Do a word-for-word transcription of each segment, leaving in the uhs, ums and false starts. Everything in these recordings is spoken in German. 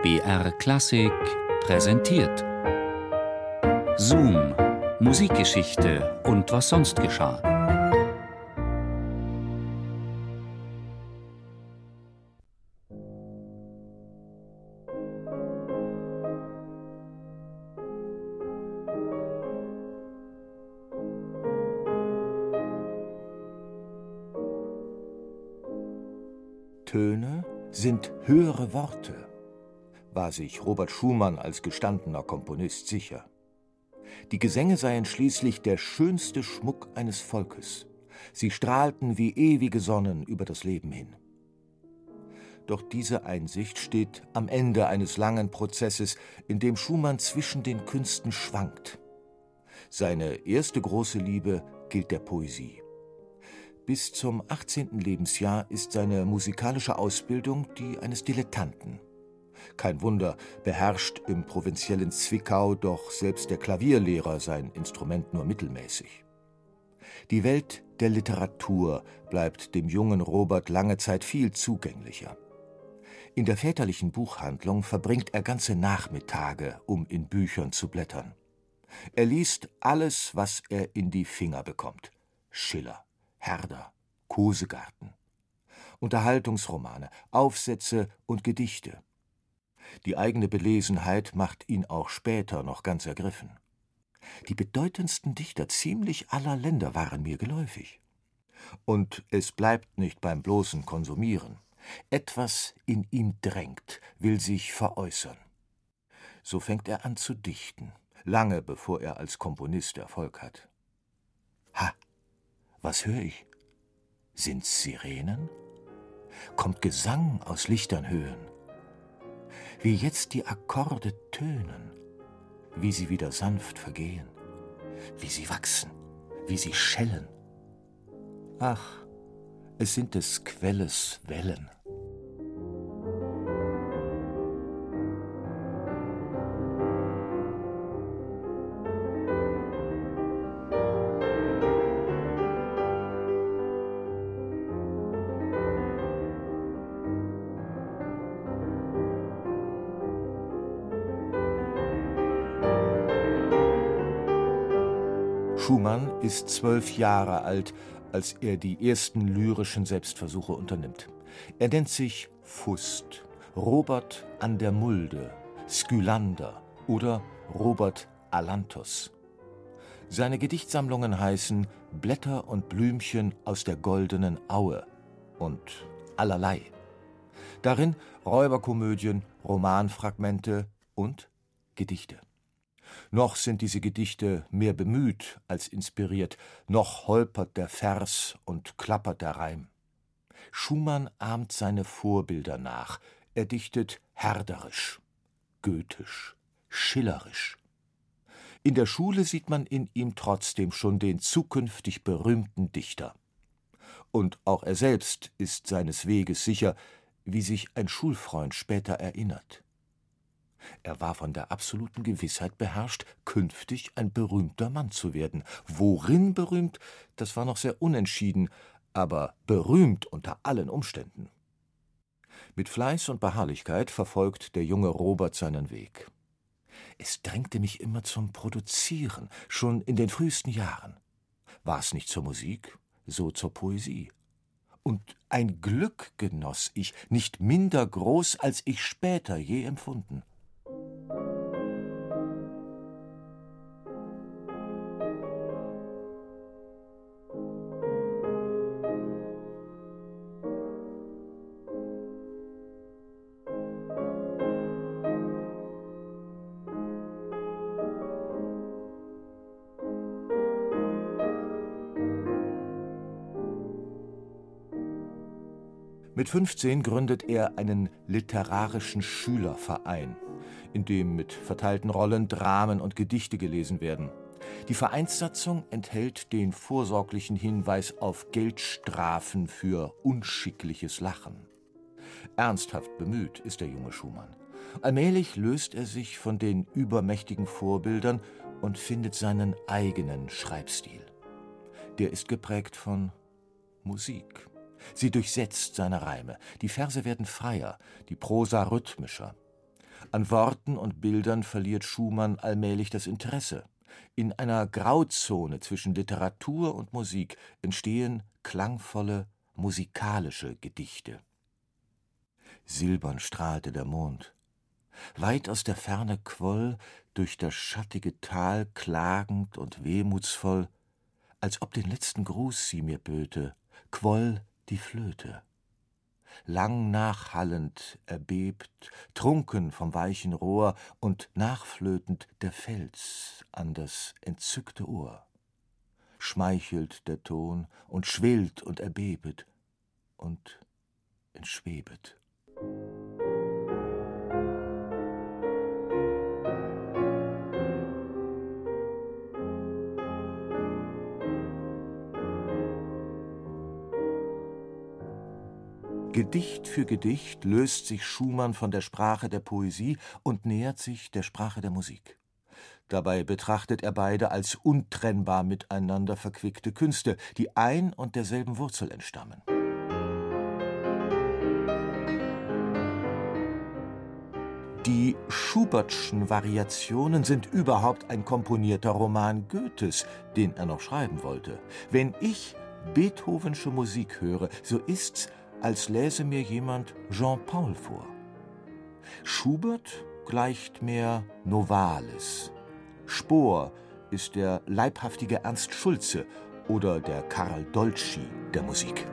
B R Klassik präsentiert Zoom, Musikgeschichte und was sonst geschah. Töne sind höhere Worte, war sich Robert Schumann als gestandener Komponist sicher. Die Gesänge seien schließlich der schönste Schmuck eines Volkes. Sie strahlten wie ewige Sonnen über das Leben hin. Doch diese Einsicht steht am Ende eines langen Prozesses, in dem Schumann zwischen den Künsten schwankt. Seine erste große Liebe gilt der Poesie. Bis zum achtzehnten Lebensjahr ist seine musikalische Ausbildung die eines Dilettanten. Kein Wunder, beherrscht im provinziellen Zwickau doch selbst der Klavierlehrer sein Instrument nur mittelmäßig. Die Welt der Literatur bleibt dem jungen Robert lange Zeit viel zugänglicher. In der väterlichen Buchhandlung verbringt er ganze Nachmittage, um in Büchern zu blättern. Er liest alles, was er in die Finger bekommt. Schiller, Herder, Kosegarten, Unterhaltungsromane, Aufsätze und Gedichte. Die eigene Belesenheit macht ihn auch später noch ganz ergriffen. Die bedeutendsten Dichter ziemlich aller Länder waren mir geläufig. Und es bleibt nicht beim bloßen Konsumieren. Etwas in ihm drängt, will sich veräußern. So fängt er an zu dichten, lange bevor er als Komponist Erfolg hat. Ha! Was höre ich? Sind's Sirenen? Kommt Gesang aus lichtern Höhen? Wie jetzt die Akkorde tönen, wie sie wieder sanft vergehen, wie sie wachsen, wie sie schellen. Ach, es sind des Quelles Wellen. Schumann ist zwölf Jahre alt, als er die ersten lyrischen Selbstversuche unternimmt. Er nennt sich Fust, Robert an der Mulde, Skylander oder Robert Alanthos. Seine Gedichtsammlungen heißen Blätter und Blümchen aus der goldenen Aue und allerlei. Darin Räuberkomödien, Romanfragmente und Gedichte. Noch sind diese Gedichte mehr bemüht als inspiriert, noch holpert der Vers und klappert der Reim. Schumann ahmt seine Vorbilder nach, er dichtet herderisch, goethisch, schillerisch. In der Schule sieht man in ihm trotzdem schon den zukünftig berühmten Dichter. Und auch er selbst ist seines Weges sicher, wie sich ein Schulfreund später erinnert. Er war von der absoluten Gewissheit beherrscht, künftig ein berühmter Mann zu werden. Worin berühmt, das war noch sehr unentschieden, aber berühmt unter allen Umständen. Mit Fleiß und Beharrlichkeit verfolgt der junge Robert seinen Weg. Es drängte mich immer zum Produzieren, schon in den frühesten Jahren. War es nicht zur Musik, so zur Poesie. Und ein Glück genoss ich, nicht minder groß, als ich später je empfunden. Mit fünfzehn gründet er einen literarischen Schülerverein, in dem mit verteilten Rollen Dramen und Gedichte gelesen werden. Die Vereinssatzung enthält den vorsorglichen Hinweis auf Geldstrafen für unschickliches Lachen. Ernsthaft bemüht ist der junge Schumann. Allmählich löst er sich von den übermächtigen Vorbildern und findet seinen eigenen Schreibstil. Der ist geprägt von Musik. Sie durchsetzt seine Reime. Die Verse werden freier, die Prosa rhythmischer. An Worten und Bildern verliert Schumann allmählich das Interesse. In einer Grauzone zwischen Literatur und Musik entstehen klangvolle, musikalische Gedichte. Silbern strahlte der Mond. Weit aus der Ferne quoll, durch das schattige Tal klagend und wehmutsvoll, als ob den letzten Gruß sie mir böte, quoll die Flöte. Lang nachhallend, erbebt, trunken vom weichen Rohr und nachflötend der Fels an das entzückte Ohr. Schmeichelt der Ton und schwillt und erbebet und entschwebet. Gedicht für Gedicht löst sich Schumann von der Sprache der Poesie und nähert sich der Sprache der Musik. Dabei betrachtet er beide als untrennbar miteinander verquickte Künste, die ein und derselben Wurzel entstammen. Die Schubertschen Variationen sind überhaupt ein komponierter Roman Goethes, den er noch schreiben wollte. Wenn ich beethovensche Musik höre, so ist's, als läse mir jemand Jean-Paul vor. Schubert gleicht mehr Novalis. Spohr ist der leibhaftige Ernst Schulze oder der Karl Dolci der Musik.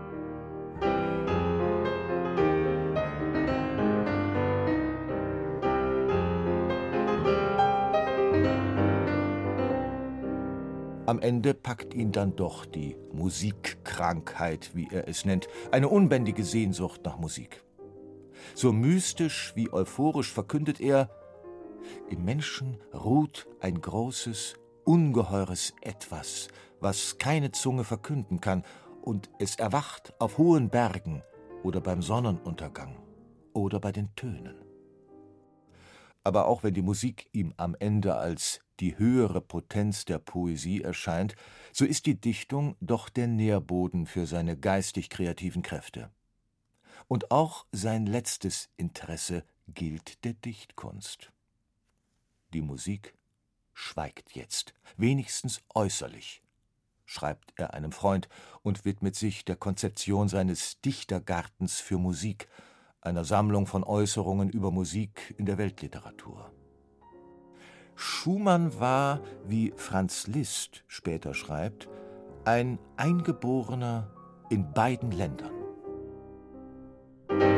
Am Ende packt ihn dann doch die Musikkrankheit, wie er es nennt, eine unbändige Sehnsucht nach Musik. So mystisch wie euphorisch verkündet er: Im Menschen ruht ein großes, ungeheures Etwas, was keine Zunge verkünden kann, und es erwacht auf hohen Bergen oder beim Sonnenuntergang oder bei den Tönen. Aber auch wenn die Musik ihm am Ende als die höhere Potenz der Poesie erscheint, so ist die Dichtung doch der Nährboden für seine geistig-kreativen Kräfte. Und auch sein letztes Interesse gilt der Dichtkunst. Die Musik schweigt jetzt, wenigstens äußerlich, schreibt er einem Freund und widmet sich der Konzeption seines Dichtergartens für Musik, einer Sammlung von Äußerungen über Musik in der Weltliteratur. Schumann war, wie Franz Liszt später schreibt, ein Eingeborener in beiden Ländern.